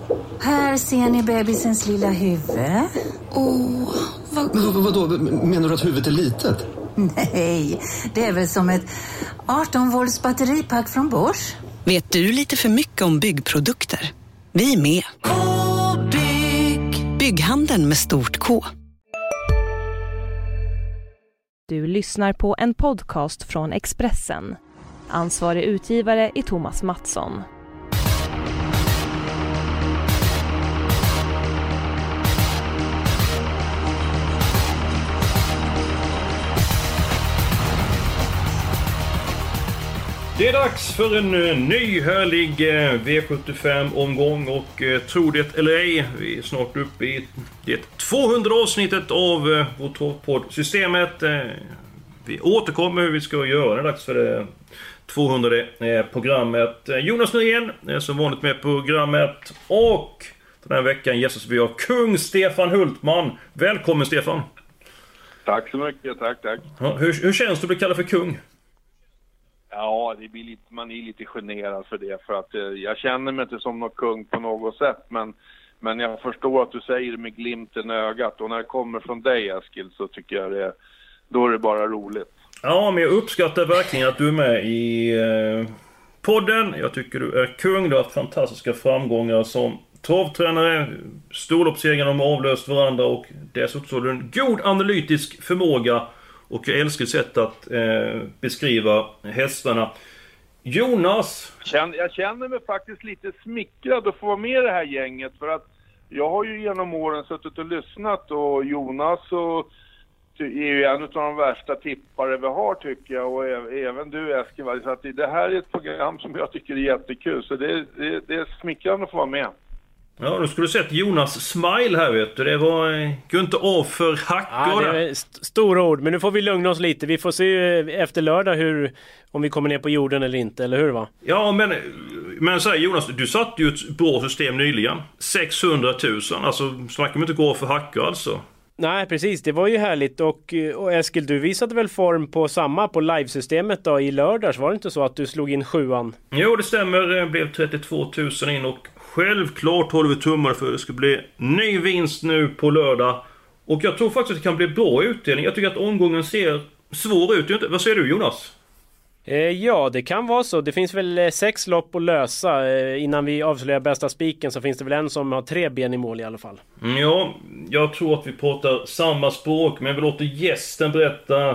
Här ser ni bebisens lilla huvud. Vadå? Menar du att huvudet är litet? Nej, det är väl som ett 18-volts batteripack från Bosch. Vet du lite för mycket om byggprodukter? Vi är med. Bygghandeln med stort K. Du lyssnar på en podcast från Expressen. Ansvarig utgivare är Thomas Mattsson. Det är dags för en ny härlig V75-omgång och tro det eller ej, vi är snart uppe i det 200 avsnittet av vårt travpodd-systemet. Vi återkommer hur vi ska göra. Det är dags för det 200 programmet. Jonas Nygren är som vanligt med på programmet och den här veckan gästas vi av kung Stefan Hultman. Välkommen Stefan! Tack så mycket, tack. Ja, hur känns det att bli kallad för kung? Ja, det blir lite, man är lite generad för det, för att jag känner mig inte som någon kung på något sätt, men jag förstår att du säger det med glimten i ögat, och när det kommer från dig Eskil så tycker jag då är det bara roligt. Ja, men jag uppskattar verkligen att du är med i podden. Jag tycker du är kung, du har haft fantastiska framgångar som travtränare, storloppssegrar de har avlöst varandra och dessutom har du en god analytisk förmåga. Och jag älskar sätt att beskriva hästarna. Jonas? Jag känner mig faktiskt lite smickrad att få vara med i det här gänget. För att jag har ju genom åren suttit och lyssnat. Och Jonas är ju en av de värsta tippare vi har tycker jag. Och även du Eskil. Så att det här är ett program som jag tycker är jättekul. Så det är smickrande att få vara med. Ja, då skulle du sett Jonas smile här vet du. Det var går inte av för hackor. Ja, det är stora ord, men nu får vi lugna oss lite. Vi får se efter lördag om vi kommer ner på jorden eller inte, eller hur va? Ja, men så här, Jonas, du satt ju ett bra system nyligen. 600 000, alltså snackar man inte gå av för hackor alltså. Nej, precis. Det var ju härligt. Och Eskil, du visade väl form på livesystemet då i lördags? Var det inte så att du slog in 7:an? Jo, det stämmer. Det blev 32 000 in och självklart håller vi tummar för att det ska bli ny vinst nu på lördag. Och jag tror faktiskt att det kan bli bra utdelning. Jag tycker att omgången ser svår ut. Vad säger du Jonas? Ja, det kan vara så. Det finns väl 6 lopp att lösa. Innan vi avslöjar bästa spiken så finns det väl en som har 3 ben i mål i alla fall. Ja, jag tror att vi pratar samma språk. Men vi låter gästen berätta.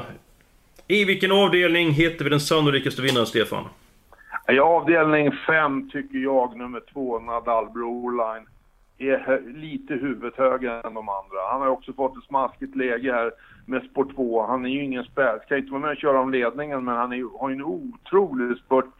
I vilken avdelning heter vi den sannolikaste vinnaren, Stefan? I avdelning 5 tycker jag nummer 2, Nadal Broline, är lite huvudet högre än de andra. Han har också fått ett smaskigt läge här med sport 2. Han är ju ingen spär. Ska inte vara med och köra om ledningen, men han har ju en otrolig spurt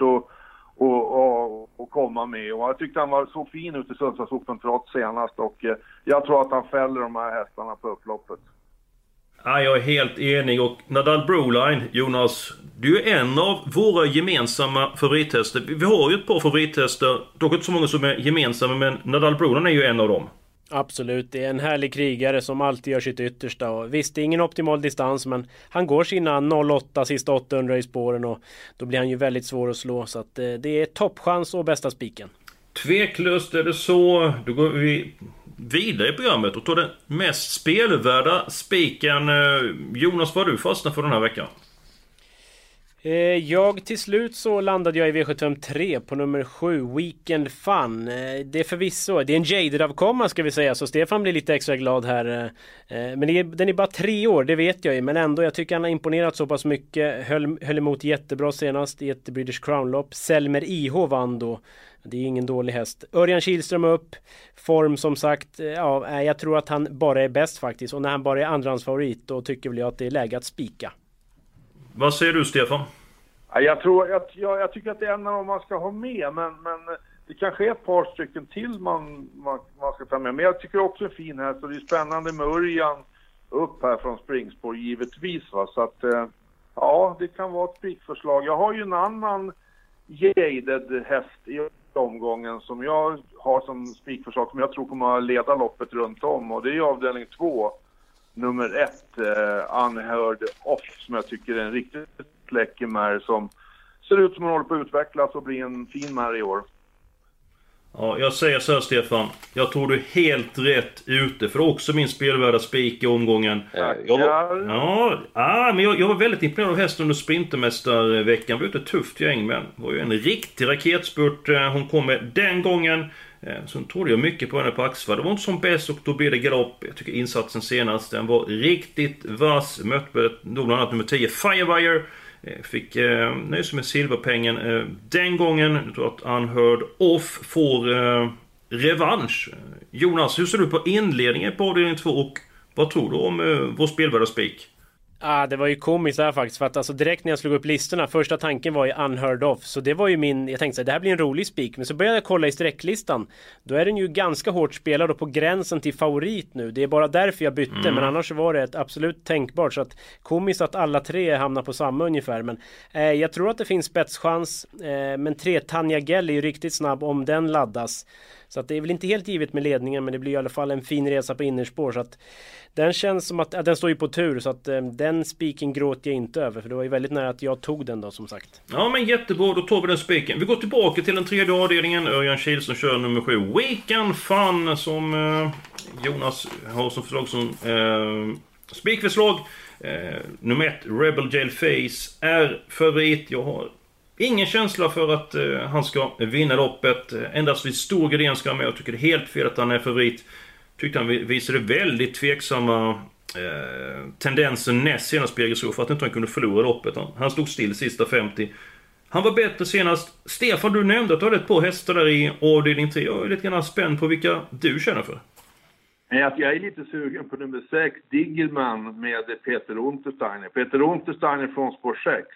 och komma med. Och jag tyckte han var så fin ute i Sundsvallsopen trots senast. Och jag tror att han fäller de här hästarna på upploppet. Ja, jag är helt enig. Och Nadal Broline, Jonas, du är en av våra gemensamma favorithästar. Vi har ju ett par favorithästar, dock inte så många som är gemensamma, men Nadal Broline är ju en av dem. Absolut, det är en härlig krigare som alltid gör sitt yttersta. Och visst, det är ingen optimal distans, men han går sina 0,8 sista 800 i spåren och då blir han ju väldigt svår att slå. Så att det är toppchans och bästa spiken. Tveklöst är det så. Då går vi vidare i programmet och tar den mest spelvärda spiken. Jonas, vad har du fastnat för den här veckan? Till slut så landade jag i V753 på nummer 7, Weekend Fun. Det är förvisso, det är en jaded-avkomma ska vi säga, så Stefan blir lite extra glad här. Men den är bara 3 år, det vet jag ju, men ändå, jag tycker han har imponerat så pass mycket. Höll emot jättebra senast i ett British Crown-lopp. Selmer IH vann då. Det är ingen dålig häst. Örjan Kihlström upp. Form som sagt, ja, jag tror att han bara är bäst faktiskt. Och när han bara är andrahandsfavorit, då tycker väl jag att det är läge att spika. Vad säger du Stefan? Jag tycker att det är en av dem man ska ha med, men det kanske är ett par stycken till man ska ta med. Men jag tycker också en fin här, så det är spännande med Örjan upp här från springspår givetvis. Va? Så att ja, det kan vara ett spikförslag. Jag har ju en annan jaded häst i omgången som jag har som spikförslag som jag tror kommer att leda loppet runt om, och det är avdelning 2. Nummer 1, Unheard Off, som jag tycker är en riktigt läcker mär som ser ut som hon håller på att utvecklas och bli en fin mär i år. Ja, jag säger så här, Stefan. Jag tror du är helt rätt ute. För också min spelvärda spik i omgången. Jag var väldigt imponerad av hästen under Sprintermästarveckan. Det var ett tufft gäng, men det var ju en riktig raketspurt hon kom med den gången. Så trodde jag mycket på henne på Axford. Det var inte som bäst och då blev det galopp. Jag tycker insatsen senast, den var riktigt vass. Mötte bland annat nummer 10 Firewire. Fick nöjs med silverpengen den gången. Jag tror att Unheard Off får revansch. Jonas, hur ser du på inledningen på avdelning 2 och vad tror du om vår spelvärda spik? Det var ju komiskt där faktiskt, för att alltså direkt när jag slog upp listorna, första tanken var ju Unheard Off, så det var ju jag tänkte att det här blir en rolig spik, men så började jag kolla i sträcklistan, då är den ju ganska hårt spelad och på gränsen till favorit nu, det är bara därför jag bytte, men annars var det ett absolut tänkbart, så att komiskt att alla tre hamnar på samma ungefär, men jag tror att det finns spetschans, men 3 Tanja Gell är ju riktigt snabb om den laddas, så att det är väl inte helt givet med ledningen, men det blir i alla fall en fin resa på innerspår, så att den känns som att den står ju på tur, så att den spiken gråter jag inte över, för det var ju väldigt nära att jag tog den då, som sagt. Ja, men jättebra, då tar vi den spiken. Vi går tillbaka till den tredje avdelningen. Örjan Kihlström kör nummer 7 Weekend Fun, som Jonas har som förslag som spikförslag. Nummer 1 Rebel Jail Face är favorit. Jag har ingen känsla för att han ska vinna loppet. Endast vid stor gren ska han med. Jag tycker det är helt fel att han är favorit. Tyckte han visade väldigt tveksamma tendensen näst senast på Jägersro för att inte han kunde förlora loppet. Han stod still sista 50. Han var bättre senast. Stefan, du nämnde att du hade ett par hästar där i avdelning 3. Jag är lite grann spänd på vilka du känner för. Jag är lite sugen på nummer 6, Diggleman med Peter Untersteiner. Peter Untersteiner från spår 6.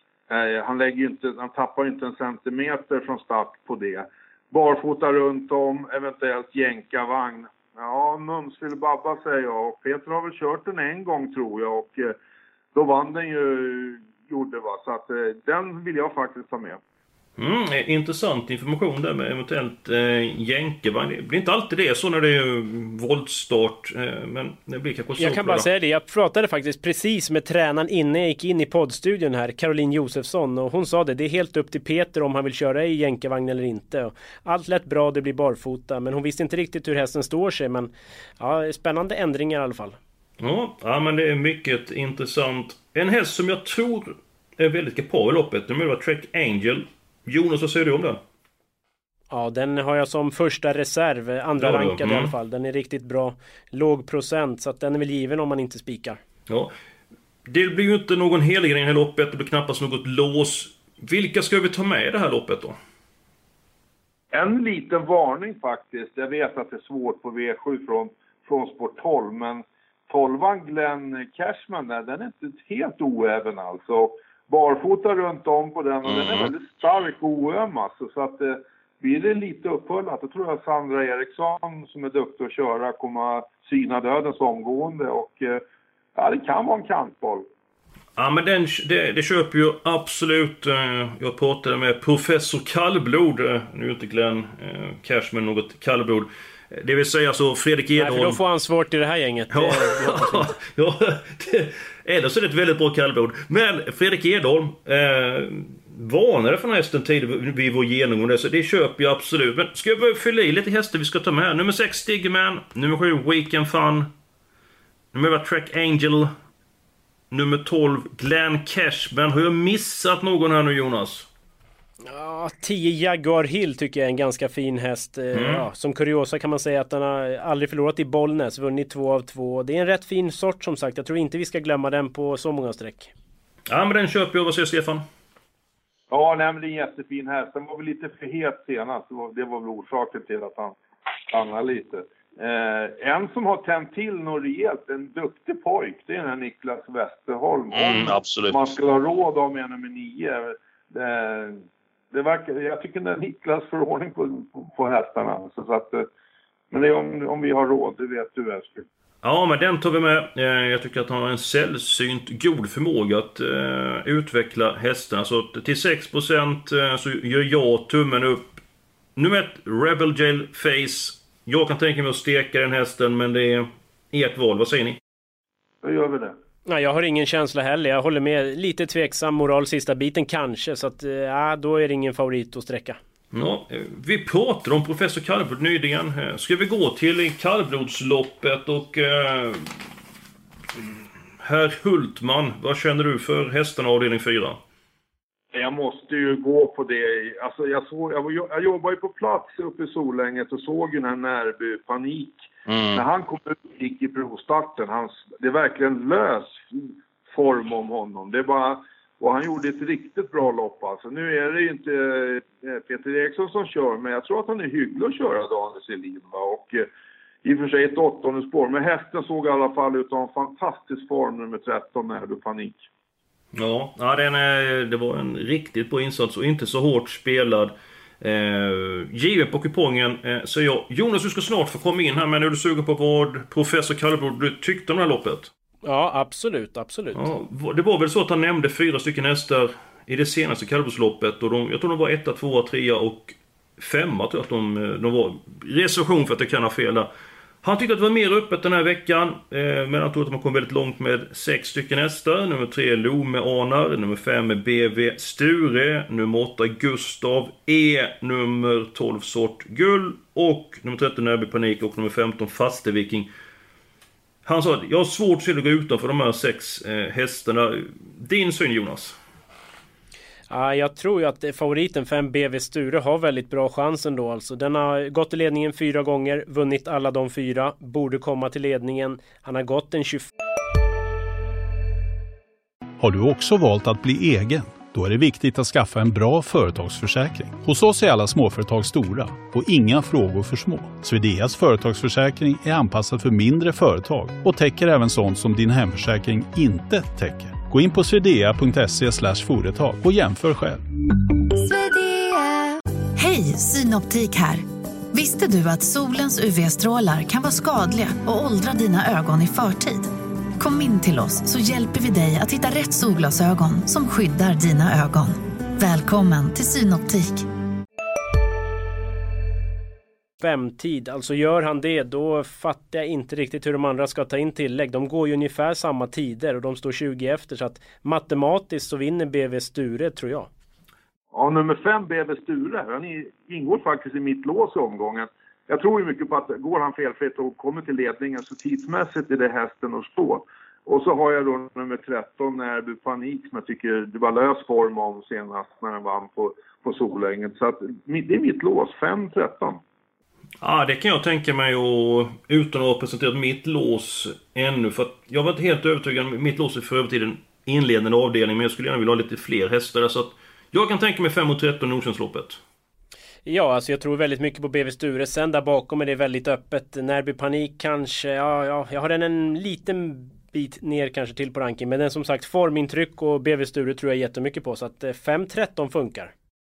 Han tappar inte en centimeter från start på det. Barfota runt om, eventuellt jänkarvagn. Ja, Mumsvill Babba säger jag. Och Peter har väl kört den en gång tror jag. Och då vann den ju, gjorde va. Så att den vill jag faktiskt ta med. Intressant information där med eventuellt jänkarvagn. Det blir inte alltid det så när det är voltstart. Men det blir kanske så. Jag kan bara säga det. Jag pratade faktiskt precis med tränaren innan jag gick in i poddstudion här, Caroline Josefsson. Och hon sa det är helt upp till Peter om han vill köra i jänkarvagn eller inte. Och allt lät bra, det blir barfota. Men hon visste inte riktigt hur hästen står sig. Men ja, spännande ändringar i alla fall. Ja, men det är mycket intressant. En häst som jag tror är väldigt kapabel i loppet. Det var Trek Angel. Jonas, vad säger du om den? Ja, den har jag som första reserv, andra rankad i alla fall. Den är riktigt bra, låg procent, så att den är väl given om man inte spikar. Ja, det blir ju inte någon helgren i det här loppet, det blir knappast något lås. Vilka ska vi ta med i det här loppet då? En liten varning faktiskt. Jag vet att det är svårt på V7 från sport 12, men 12an Glenn Cashman där, den är inte helt oäven alltså. Barfota runt om på den och den är väldigt stark och oöm alltså, så att blir det lite upphullat då tror jag Sandra Eriksson som är duktig att köra kommer syna dödens omgående och ja, det kan vara en kantboll. Ja, men det köper ju absolut. Jag pratade med professor Kallblod. Nu är inte Glenn Cashman något kallblod. Det vill säga så Fredrik Edholm. Nej, för då får han svårt i det här gänget. Eller så är det ett väldigt bra kallblod. Men Fredrik Edholm varnade från hästen tidigare vid vår genomgång där, så det köper jag absolut. Men ska jag börja fylla i lite hästar vi ska ta med här? Nummer 6 Stigman, nummer 7 Weekend Fun, nummer 8 Trek Angel, nummer 12 Glenn Cashman. Har jag missat någon här nu, Jonas? Ja, 10 Jaguar Hill tycker jag är en ganska fin häst. Ja, som kuriosa kan man säga att den har aldrig förlorat i Bollnäs, vunnit 2 av 2. Det är en rätt fin sort som sagt. Jag tror inte vi ska glömma den på så många streck. Ja, men den köper jag. Vad säger Stefan? Ja, nej, men det är en jättefin häst. Den var väl lite för het senast. Det var väl orsaken till att han stannade lite. En som har tänt till något rejält, en duktig pojk, det är den här Niklas Westerholm. Absolut. Man skulle ha råd av med nummer 9. Det verkar, jag tycker den Niklas förordning på hästarna. Så att, men det är om vi har råd, det vet du Eskil. Ja, men den tar vi med. Jag tycker att han har en sällsynt god förmåga att utveckla hästarna. Så till 6% så gör jag tummen upp. Nummer 1, Rebel Jail Face. Jag kan tänka mig att steka den hästen, men det är ert val. Vad säger ni? Då gör vi det. Nej, jag har ingen känsla heller. Jag håller med. Lite tveksam moral sista biten kanske. Så att, då är det ingen favorit att sträcka. Ja, vi pratade om professor Kallblod nyligen. Ska vi gå till kallblodsloppet och herr Hultman, vad känner du för hästarna avdelning 4? Jag måste ju gå på det. Alltså jag jobbar ju på plats uppe i Solänget och såg ju den här Närby Panik. När han kom ut och gick i provstarten, det är verkligen lös form om honom. Det är bara, och han gjorde ett riktigt bra lopp alltså. Nu är det ju inte Peter Eriksson som kör, men jag tror att han är hygglig att köra Daniel Selin. Och i och för sig ett 8:e spår, men hästen såg i alla fall ut att ha en fantastisk form nummer 13 Närby Panik. Ja, det var en riktigt bra insats och inte så hårt spelad. Givet på kupongen så Jonas, du ska snart få komma in här, men är du sugen på vad professor Kallblod du tyckte om det här loppet? Ja, absolut. Ja, det var väl så att han nämnde 4 stycken hästar i det senaste Kallblodsloppet och jag tror de var 1, 2, 3 och 5, tror jag att de var. Reservation för att det kan ha fel där. Han tyckte att det var mer öppet den här veckan, men han tror att man kom väldigt långt med 6 stycken hästar. Nummer 3 Lo med Anar, nummer 5 BV Sture, nummer 8 Gustav E, nummer 12 Sort Gull och nummer 13 Närby Panik och nummer 15 Fasteviking. Han sa att jag har svårt att se det gå utanför de här 6 hästarna. Din syn, Jonas? Ja, jag tror ju att favoriten 5 BV Sture har väldigt bra chans ändå. Alltså, den har gått i ledningen 4 gånger, vunnit alla de 4, borde komma till ledningen. Han har gått en 20. Har du också valt att bli egen? Då är det viktigt att skaffa en bra företagsförsäkring. Hos oss är alla småföretag stora och inga frågor för små. Swedeas företagsförsäkring är anpassad för mindre företag och täcker även sånt som din hemförsäkring inte täcker. Gå in på swedea.se/företag och jämför själv. Hej, Synoptik här. Visste du att solens UV-strålar kan vara skadliga och åldra dina ögon i förtid? Kom in till oss så hjälper vi dig att hitta rätt solglasögon som skyddar dina ögon. Välkommen till Synoptik. 5-tid, alltså gör han det, då fattar jag inte riktigt hur de andra ska ta in tillägg. De går ju ungefär samma tider och de står 20 efter, så att matematiskt så vinner BV Sture, tror jag. Ja, nummer 5 BV Sture, han ingår faktiskt i mitt lås i omgången. Jag tror ju mycket på att går han felfritt och kommer till ledningen så tidsmässigt är det hästen att stå. Och så har jag då nummer 13 Närby Panik som jag tycker det var lös form om senast när han vann på Solänget. Så att det är mitt lås, 5-13. Ja, det kan jag tänka mig, och utan att ha presenterat mitt lås ännu, för att jag var inte helt övertygad. Mitt lås är för över till den inledande avdelningen, men jag skulle gärna vilja ha lite fler hästar, så att jag kan tänka mig 5-13 Nordsjönloppet. Ja, alltså jag tror väldigt mycket på BV Sture. Sen där bakom är det väldigt öppet. Närby Panik kanske, ja, jag har den en liten bit ner kanske till på ranking, men den som sagt formintryck och BV Sture tror jag jättemycket på, så att 5-13 funkar.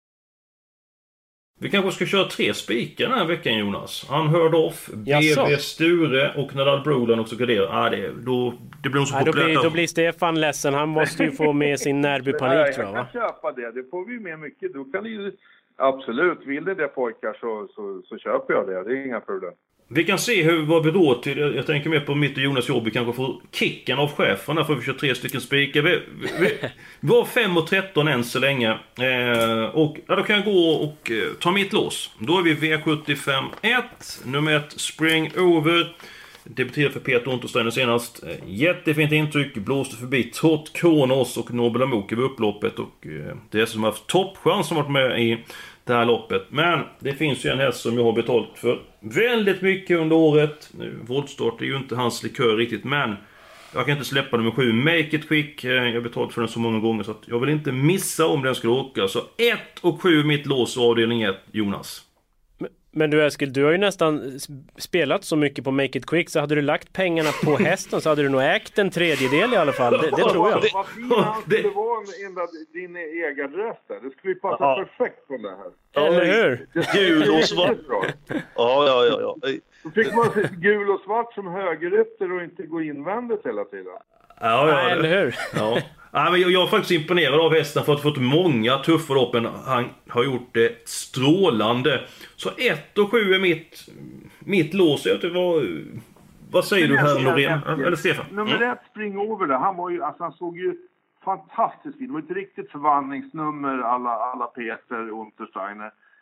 Vi kanske ska köra 3 spikar den här veckan, Jonas. Unheard Of, BV Sture och Nadal Brolan också garderar. Det blir nog så populärt. Då blir Stefan ledsen. Han måste ju få med sin Närby Panik, tror jag. Jag kan köpa det får vi med mycket. Då kan ju absolut, vill det pojkar så köper jag det. Det är inga problem. Vi kan se vad vi då till. Jag tänker mer på mitt och Jonas jobb. Vi kanske får kicken av chefen där, för vi kör 3 stycken spikar. Vi var 5-13 än så länge. Och ja, då kan jag gå och ta mitt lås. Då är vi V75 1. Nummer 1 Spring Over. Debuterade för Peter Untersteiner senast. Jättefint intryck. Blåste förbi Trott Kronos och Nobel Amok över upploppet. Och det är som har haft toppchans som varit med i det här loppet. Men det finns ju en häst som jag har betalt för väldigt mycket under året. Voltstart är ju inte hans likör riktigt, men jag kan inte släppa nummer 7 Make It Quick. Jag har betalt för den så många gånger så att jag vill inte missa om den skulle åka. Så 1 och 7 mitt lås avdelning 1, Jonas. Men du Eskil, du har ju nästan spelat så mycket på Make It Quick, så hade du lagt pengarna på hästen så hade du nog ägt en tredjedel i alla fall. Det tror jag. Vad fint han skulle vara din egen röst där. Det skulle ju passa perfekt på det här. Eller hur? Gul och svart. Ja. Då fick man se gul och svart som högerytter och inte gå invändigt hela tiden. Ja, eller hur? Ja. Ja, men jag är faktiskt imponerad av hästen för att ha fått många tuffa lopp. Han har gjort det strålande. Så 1 och 7 är mitt lås. Vad säger du här, Norén? Eller Stefan? Nummer 1 Spring Over där. Han såg ju fantastiskt fin. Det var ett riktigt förvandlingsnummer alla Peter Untersteiner.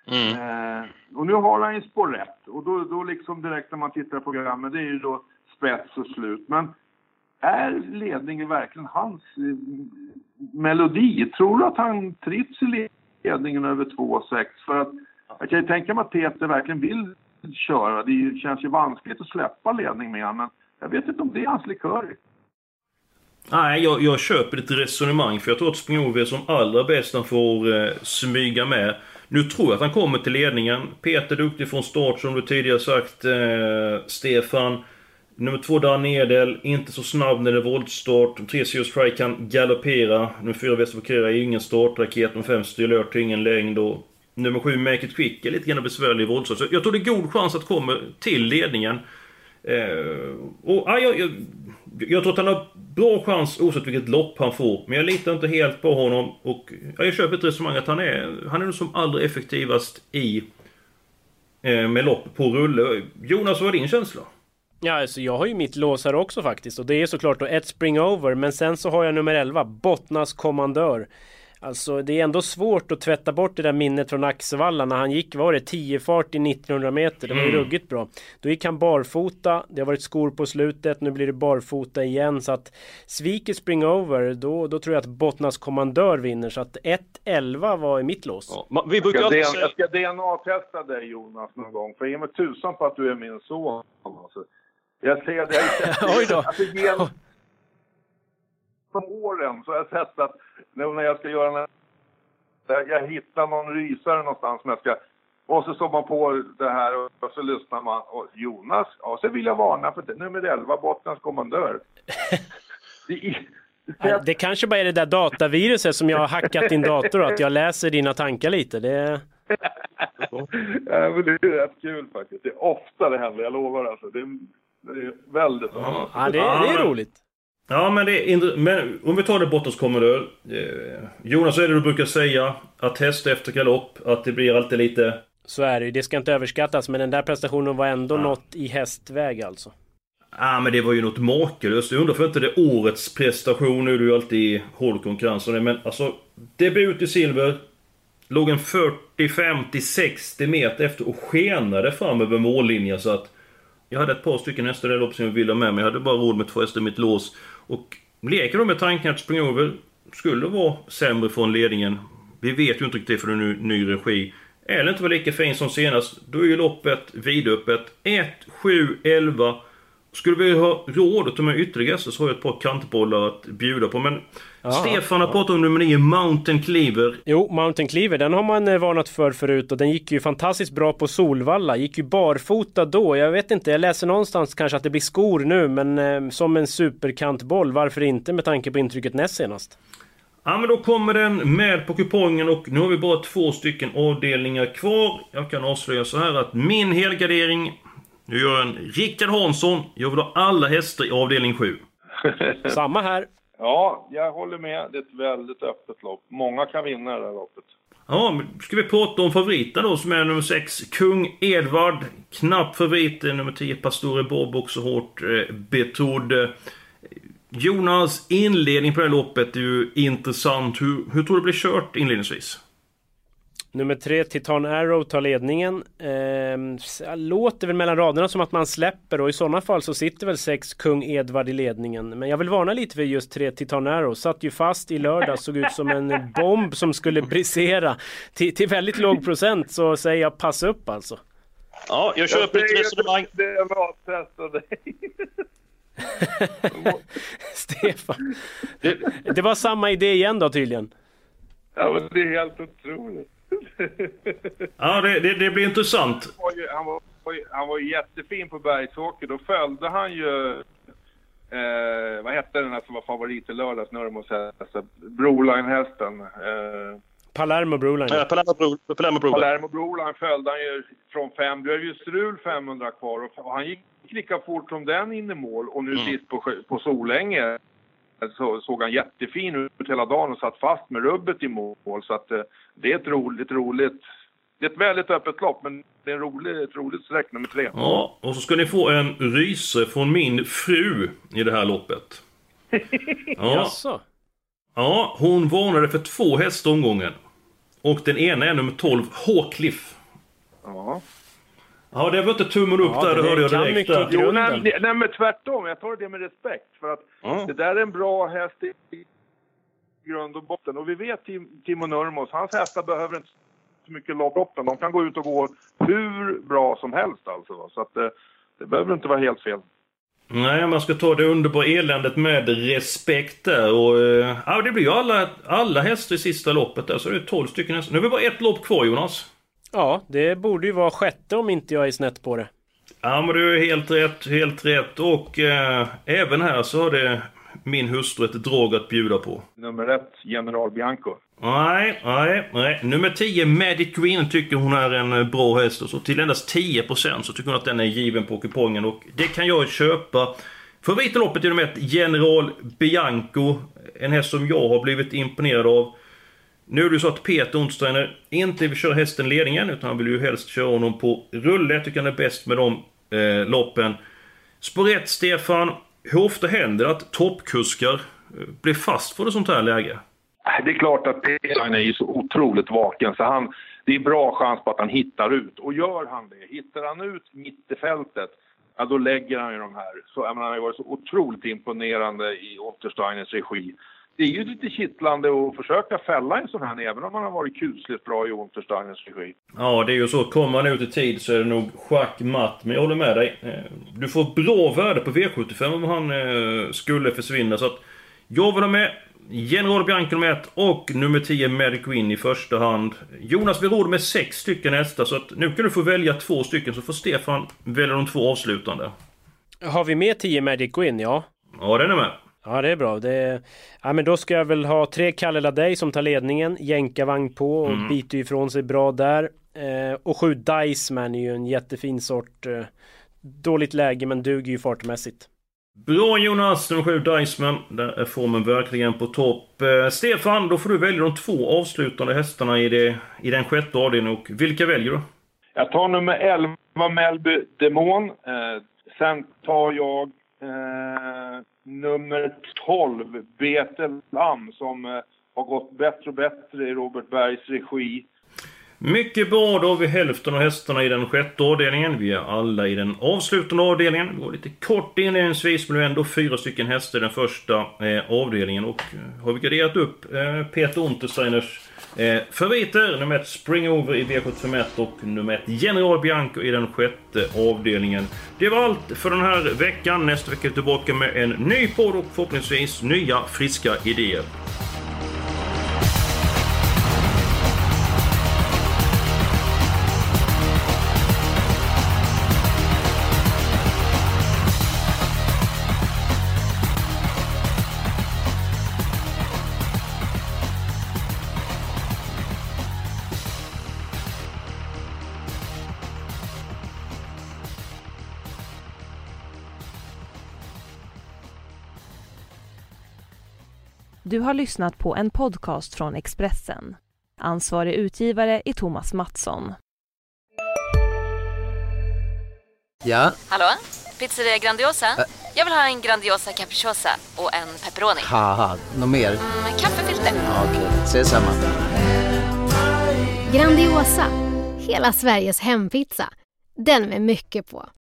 Och nu har han ju spår rätt. Och då liksom direkt när man tittar på programmet, det är ju då spets och slut. Men är ledningen verkligen hans melodi? Tror du att han trivs i ledningen över 2,6? För att jag kan ju tänka mig att Peter verkligen vill köra. Det känns ju vanskligt att släppa ledning med honom. Men jag vet inte om det är hans likör. Nej, jag köper lite resonemang. För jag tror att Spring-Ove är som allra bäst han får smyga med. Nu tror jag att han kommer till ledningen. Peter är duktig från start som du tidigare sagt, Stefan. Nummer 2 Dan Edel, inte så snabb när det är voltstart. 3 Sirius Fry kan galoppera. Nummer 4 Västerfokera är ingen startraket. Nummer 5 Styrlört till ingen längd. Och nummer 7 Make It Quick är lite grann besvärlig i voltstart. Så jag tror det är god chans att komma till ledningen. Jag tror att han har bra chans oavsett vilket lopp han får. Men jag litar inte helt på honom. Och jag köper ett resonemang att han är nog som allra effektivast med lopp på rulle. Jonas, vad är din känsla? Ja, alltså jag har ju mitt lås här också faktiskt. Och det är såklart då ett Spring Over. Men sen så har jag nummer 11, Bottnas Kommandör. Alltså det är ändå svårt att tvätta bort det där minnet från Axevalla när han gick, var det 10 fart i 1900 meter, det var ju ruggigt bra. Då gick han barfota, det har varit skor på slutet, nu blir det barfota igen, så att sviker Spring Over, då tror jag att Bottnas Kommandör vinner, så att 1-11 var i mitt lås. Ja, vi brukar jag ska DNA-testa dig Jonas någon gång, för ge mig tusan på att du är min son. Alltså, jag ser det. Oj då. Alltså, som åren så har jag sett att när jag ska göra jag hittar någon rysare någonstans som jag ska, och så står man på det här och så lyssnar man och Jonas, ja så vill jag varna för det, nummer 11 Bottnas Kommandör. Det kanske bara är det där dataviruset som jag har hackat din dator, att jag läser dina tankar lite. Det... Ja, men det är rätt kul faktiskt. Det är ofta det händer, jag lovar alltså. Det är väldigt bra. Ja, det är roligt. Ja, men om vi tar det Bottnas Kommandör. Jonas, är det du brukar säga att häst efter galopp, att det blir alltid lite... Så är det ska inte överskattas, men den där prestationen var ändå något i hästväg alltså. Ja, men det var ju något makalöst. Jag undrar för inte det årets prestation. Nu är det ju alltid hård konkurrens. Men alltså, debut i silver. Låg en 40, 50, 60 meter efter och skenade fram över mållinjen. Så att jag hade ett par stycken hästar där lopp som jag ville ha med. Men jag hade bara råd med 2 hästar i mitt lås. Och leker de med tanken att Spring Over skulle vara sämre från ledningen. Vi vet ju inte riktigt för en ny regi. Eller inte var lika fin som senast. Då är ju loppet vidöppet. 1, 7, 11. Skulle vi ha råd att ta med ytterligare så har jag ett par kantbollar att bjuda på. Men Stefan har pratat om nummer 9, Mountain Cleaver. Jo, Mountain Cleaver, den har man varnat för förut. Och den gick ju fantastiskt bra på Solvalla. Gick ju barfota då. Jag vet inte, jag läser någonstans kanske att det blir skor nu. Men som en superkantboll, varför inte med tanke på intrycket näst senast? Ja, men då kommer den med på kupongen och nu har vi bara 2 stycken avdelningar kvar. Jag kan avslöja så här att min helgardering... Nu gör en Rickard Hansson. Jag vill ha alla hästar i avdelning 7. Samma här. Ja, jag håller med. Det är ett väldigt öppet lopp. Många kan vinna det här loppet. Ja, men ska vi prata om favoriten då som är nummer 6. Kung Edvard. Knapp favorit. Nummer 10 Pastore Bob också hårt betrodd. Jonas inledning på det här loppet är ju intressant. Hur tror du det blir kört inledningsvis? Nummer 3, Titan Arrow tar ledningen. Låter väl mellan raderna som att man släpper, och i sådana fall så sitter väl 6 Kung Edvard i ledningen. Men jag vill varna lite för just 3, Titan Arrow. Satt ju fast i lördag, såg ut som en bomb som skulle brisera. Till väldigt låg procent, så säger jag pass upp alltså. Ja, jag köper ett resonemang. Det är bra att testa dig. Stefan. Det var samma idé igen då tydligen. Ja, men det är helt otroligt. Ja, det blir intressant. Han var jättefin på Bergsåker. Då följde han ju vad hette den här som var favorit i lördags? Broline-hästen. Palermo Broline. Ja, Palermo Broline följde han ju från 5. Du är ju strul 500 kvar. Och han gick lika fort som den in i mål. Och nu sist på Solänge så såg han jättefin ut hela dagen och satt fast med rubbet i mål. Så att det är ett roligt. Det är ett väldigt öppet lopp, men det är ett roligt sträck nummer 3. Ja, och så ska ni få en ryse från min fru i det här loppet. Ja, hon varnade för 2 hästomgången. Och den ena är nummer 12, Hawcliffe. Ja. Ja, det var inte tummen upp där, det hörde jag direkt där. Jo, nej, men tvärtom. Jag tar det med respekt. För att det där är en bra häst i grund och botten. Och vi vet Timo Nurmos, hans hästar behöver inte så mycket loppen. De kan gå ut och gå hur bra som helst alltså. Så att det behöver inte vara helt fel. Nej, man ska ta det underbara eländet med respekt där. Och ja, det blir ju alla hästar i sista loppet där. Så det är 12 stycken hästar. Nu är vi bara ett lopp kvar, Jonas. Ja, det borde ju vara sjätte om inte jag är snett på det. Ja, men du är helt rätt. Och även här så har det min hustru ett drag att bjuda på. Nummer 1, General Bianco. Nej. Nummer 10, Magic Green, tycker hon är en bra häst. Och så till endast 10% så tycker hon att den är given på kupongen. Och det kan jag köpa. För loppet är nummer 1, General Bianco. En häst som jag har blivit imponerad av. Nu är det så att Peter Untersteiner inte vill köra hästen ledningen, utan han vill ju helst köra honom på rulle. Jag tycker han är bäst med de loppen. Spår 1, Stefan. Hur ofta händer att toppkuskar blir fast för det sånt här läge? Det är klart att Peter är ju så otroligt vaken, så det är bra chans på att han hittar ut. Och gör han det, hittar han ut mitt i fältet, ja, då lägger han ju de här. Så han har ju varit så otroligt imponerande i Untersteiners regi. Det är ju lite kittlande att försöka fälla en sån här, även om man har varit kusligt bra i Untersteiners regi. Ja, det är ju så. Kommer man ut i tid så är det nog schackmatt. Men jag håller med dig. Du får bra värde på V75 om han skulle försvinna. Så att jag vill ha med General Bianco nummer 1 och nummer 10 Magic Green i första hand. Jonas, vi råder med 6 stycken hästar, så att nu kan du få välja 2 stycken, så får Stefan välja de 2 avslutande. Har vi med 10 Magic Green, ja? Ja, den är med. Ja, det är bra. Ja, men då ska jag väl ha 3 Kalle Ladej som tar ledningen. Jänkarvagn på och biter ifrån sig bra där. Och 7 Diceman är ju en jättefin sort. Dåligt läge, men duger ju fartmässigt. Bra, Jonas, nummer 7 Diceman. Där är formen verkligen på topp. Stefan, då får du välja de 2 avslutande hästarna i den 6:e avdelningen. Och vilka väljer du? Jag tar nummer 11 Melby Demon. Sen tar jag nummer 12 Betel Lam, som har gått bättre och bättre i Robert Bergs regi. Mycket bra, då har vi hälften av hästarna i den 6:e avdelningen. Vi är alla i den avslutande avdelningen. Det går lite kort inledningsvis, men det är ändå 4 stycken hästar i den första avdelningen. Och har vi graderat upp Peter Untersteiners favoriter, nummer 1 Spring Over i V75 och nummer 1 General Bianco i den 6:e avdelningen. Det var allt för den här veckan. Nästa vecka är vi tillbaka med en ny podd och förhoppningsvis nya friska idéer. Du har lyssnat på en podcast från Expressen. Ansvarig utgivare är Thomas Mattsson. Ja? Hallå? Pizzeria Grandiosa? Jag vill ha en Grandiosa capriciosa och en pepperoni. Haha, något mer? Kaffefilter. Ja, okej, ses samma. Grandiosa, hela Sveriges hempizza. Den med mycket på.